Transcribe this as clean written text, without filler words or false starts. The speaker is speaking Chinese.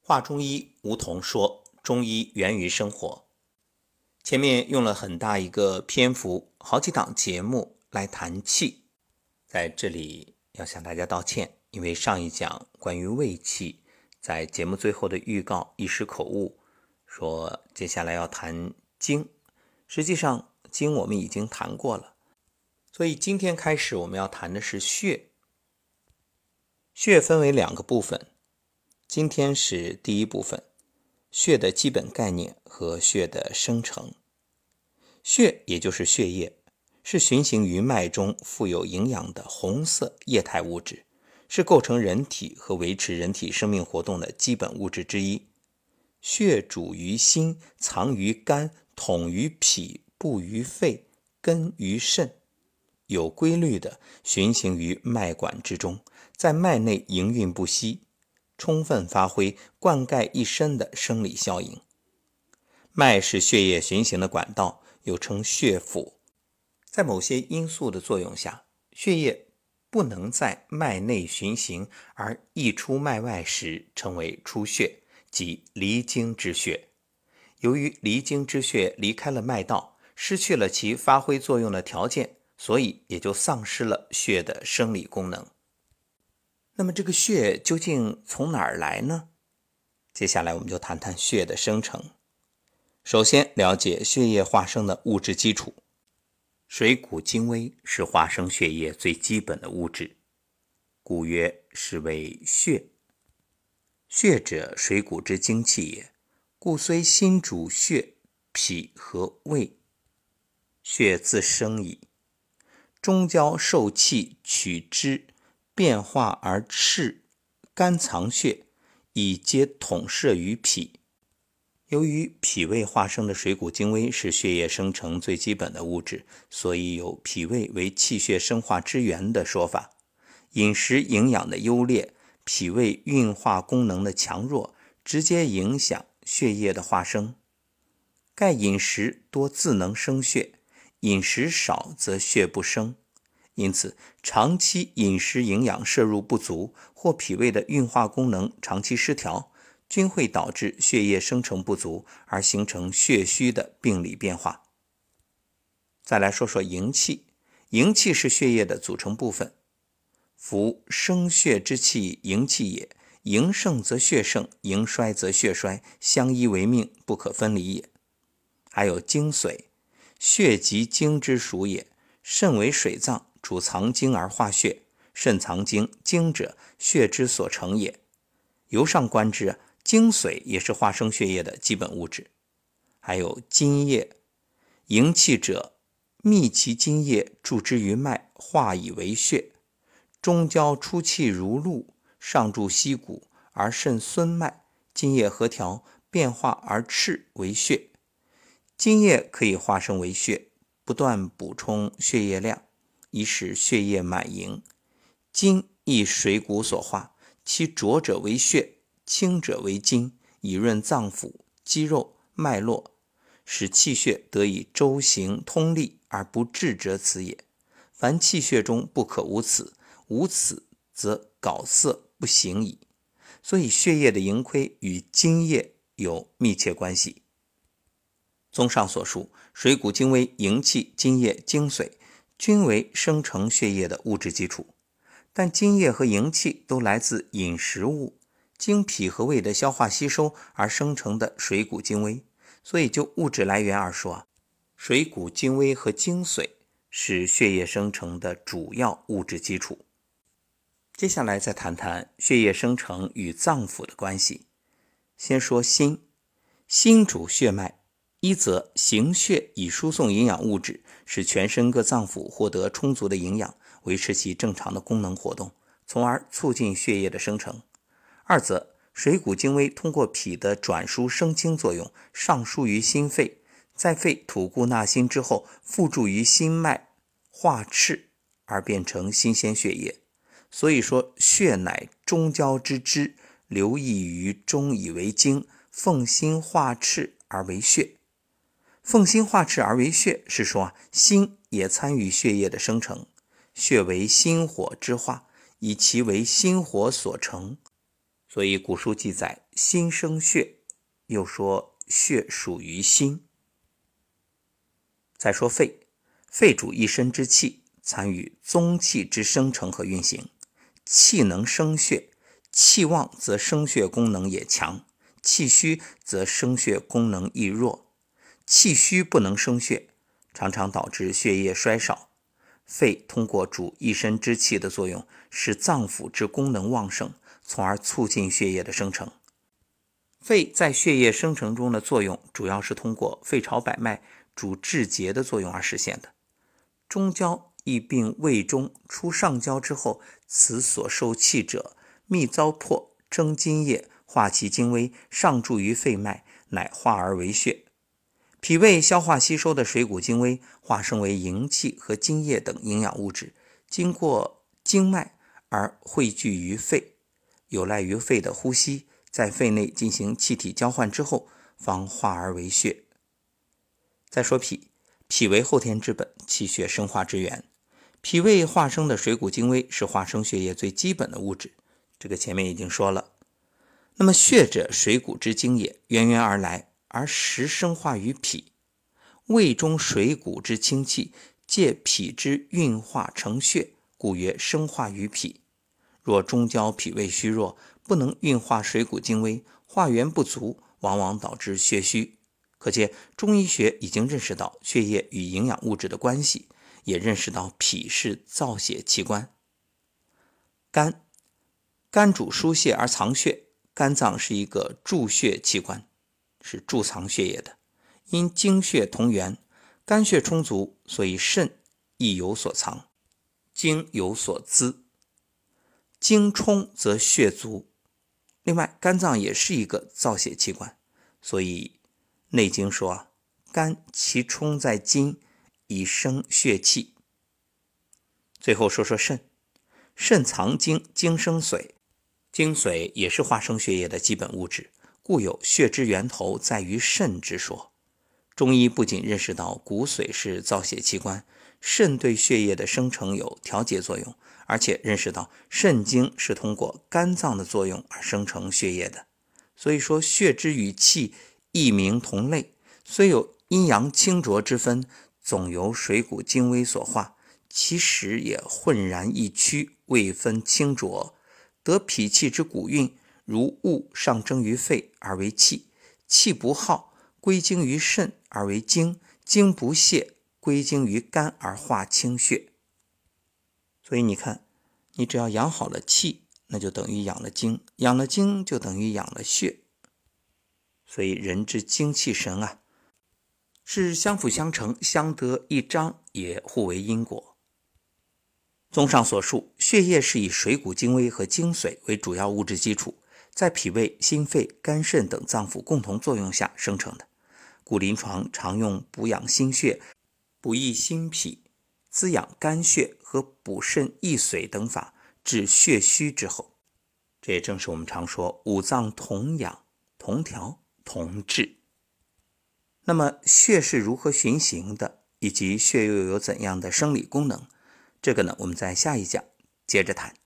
话中医，梧桐说，中医源于生活。前面用了很大一个篇幅，好几档节目来谈气，在这里要向大家道歉，因为上一讲关于胃气，在节目最后的预告一时口误，说接下来要谈经，实际上经我们已经谈过了，所以今天开始我们要谈的是血。血分为两个部分，今天是第一部分，血的基本概念和血的生成。血也就是血液，是循行于脉中富有营养的红色液态物质，是构成人体和维持人体生命活动的基本物质之一。血主于心，藏于肝，统于脾，布于肺，根于肾，有规律地循行于脉管之中，在脉内营运不息，充分发挥灌溉一身的生理效应。脉是血液循行的管道，又称血府。在某些因素的作用下，血液不能在脉内循行，而溢出脉外时称为出血，即离经之血。由于离经之血离开了脉道，失去了其发挥作用的条件，所以也就丧失了血的生理功能。那么这个血究竟从哪儿来呢？接下来我们就谈谈血的生成。首先了解血液化生的物质基础。水谷精微是化生血液最基本的物质，故曰是为血。血者，水谷之精气也，故虽心主血、脾和胃，血自生矣。中焦受气取之，变化而赤，肝藏血，以皆统摄于脾。由于脾胃化生的水谷精微是血液生成最基本的物质，所以有脾胃为气血生化之源的说法。饮食营养的优劣，脾胃运化功能的强弱，直接影响血液的化生。盖饮食多自能生血，饮食少则血不生。因此长期饮食营养摄入不足，或脾胃的运化功能长期失调，均会导致血液生成不足，而形成血虚的病理变化。再来说说营气。营气是血液的组成部分，夫生血之气，营气也。营盛则血盛，营衰则血衰，相依为命，不可分离也。还有精髓，血即精之属也。肾为水脏，主藏精而化血，肾藏精，精者血之所成也。由上观之，精髓也是化生血液的基本物质。还有津液，营气者，密其津液，注之于脉，化以为血。中焦出气如露，上注溪谷，而肾孙脉，津液合调，变化而赤为血。津液可以化生为血，不断补充血液量，以使血液满盈。津亦水谷所化，其浊者为血，清者为津，以润脏腑、肌肉、脉络，使气血得以周行通利，而不滞者此也。凡气血中不可无此，无此则槁塞不行矣。所以血液的盈亏与津液有密切关系。综上所述，水谷精微、营气、津液、精髓均为生成血液的物质基础。但津液和营气都来自饮食物，经脾和胃的消化吸收而生成的水谷精微，所以就物质来源而说，水谷精微和精髓是血液生成的主要物质基础。接下来再谈谈血液生成与脏腑的关系。先说心。心主血脉，一则行血以输送营养物质，使全身各脏腑获得充足的营养，维持其正常的功能活动，从而促进血液的生成。二则水谷精微通过脾的转输生清作用，上输于心肺，在肺吐故纳新之后，附注于心脉，化赤而变成新鲜血液。所以说血乃中焦之汁，流溢于中以为精，奉心化赤而为血。奉心化赤而为血是说心也参与血液的生成，血为心火之化，以其为心火所成。所以古书记载， 心生血，又说血属于心。再说肺，肺主一身之气，参与宗气之生成和运行。气能生血，气旺则生血功能也强，气虚则生血功能亦弱。气虚不能生血，常常导致血液衰少。肺通过主一身之气的作用，使脏腑之功能旺盛，从而促进血液的生成。肺在血液生成中的作用，主要是通过肺朝百脉主治节的作用而实现的。中焦亦并胃中，出上焦之后，此所受气者，密糟粕，蒸津液，化其精微，上注于肺脉，乃化而为血。脾胃消化吸收的水谷精微，化生为营气和津液等营养物质，经过经脉而汇聚于肺，有赖于肺的呼吸，在肺内进行气体交换之后，方化而为血。再说脾，脾为后天之本，气血生化之源。脾胃化生的水谷精微是化生血液最基本的物质，这个前面已经说了。那么血者，水谷之精也，源源而来，而实生化于脾。胃中水谷之清气，借脾之运化成血，故曰生化于脾。若中焦脾胃虚弱，不能运化水谷精微，化源不足，往往导致血虚。可见中医学已经认识到血液与营养物质的关系，也认识到脾是造血器官。肝，肝主疏泄而藏血，肝脏是一个贮血器官，是贮藏血液的。因精血同源，肝血充足，所以肾亦有所藏，精有所滋。精充则血足。另外，肝脏也是一个造血器官，所以内经说肝其充在筋，以生血气。最后说说肾，肾藏精，精生髓，精髓也是化生血液的基本物质，故有血之源头在于肾之说。中医不仅认识到骨髓是造血器官，肾对血液的生成有调节作用，而且认识到肾精是通过肝脏的作用而生成血液的。所以说血之与气异名同类，虽有阴阳清浊之分，总由水谷精微所化，其实也浑然一区，未分清浊。得脾气之谷运，如物上蒸于肺而为气，气不耗归经于肾而为精，精不泄归经于肝而化清血。所以你看，你只要养好了气，那就等于养了精，养了精就等于养了血。所以人之精气神是相辅相成，相得益彰，也互为因果。综上所述，血液是以水谷精微和精髓为主要物质基础，在脾胃、心肺、肝肾等脏腑共同作用下生成的。故临床常用补养心血、补益心脾、滋养肝血和补肾益髓等法，治血虚之后。这也正是我们常说五脏同养、同调、同治。那么血是如何循行的，以及血又有怎样的生理功能，这个呢，我们在下一讲接着谈。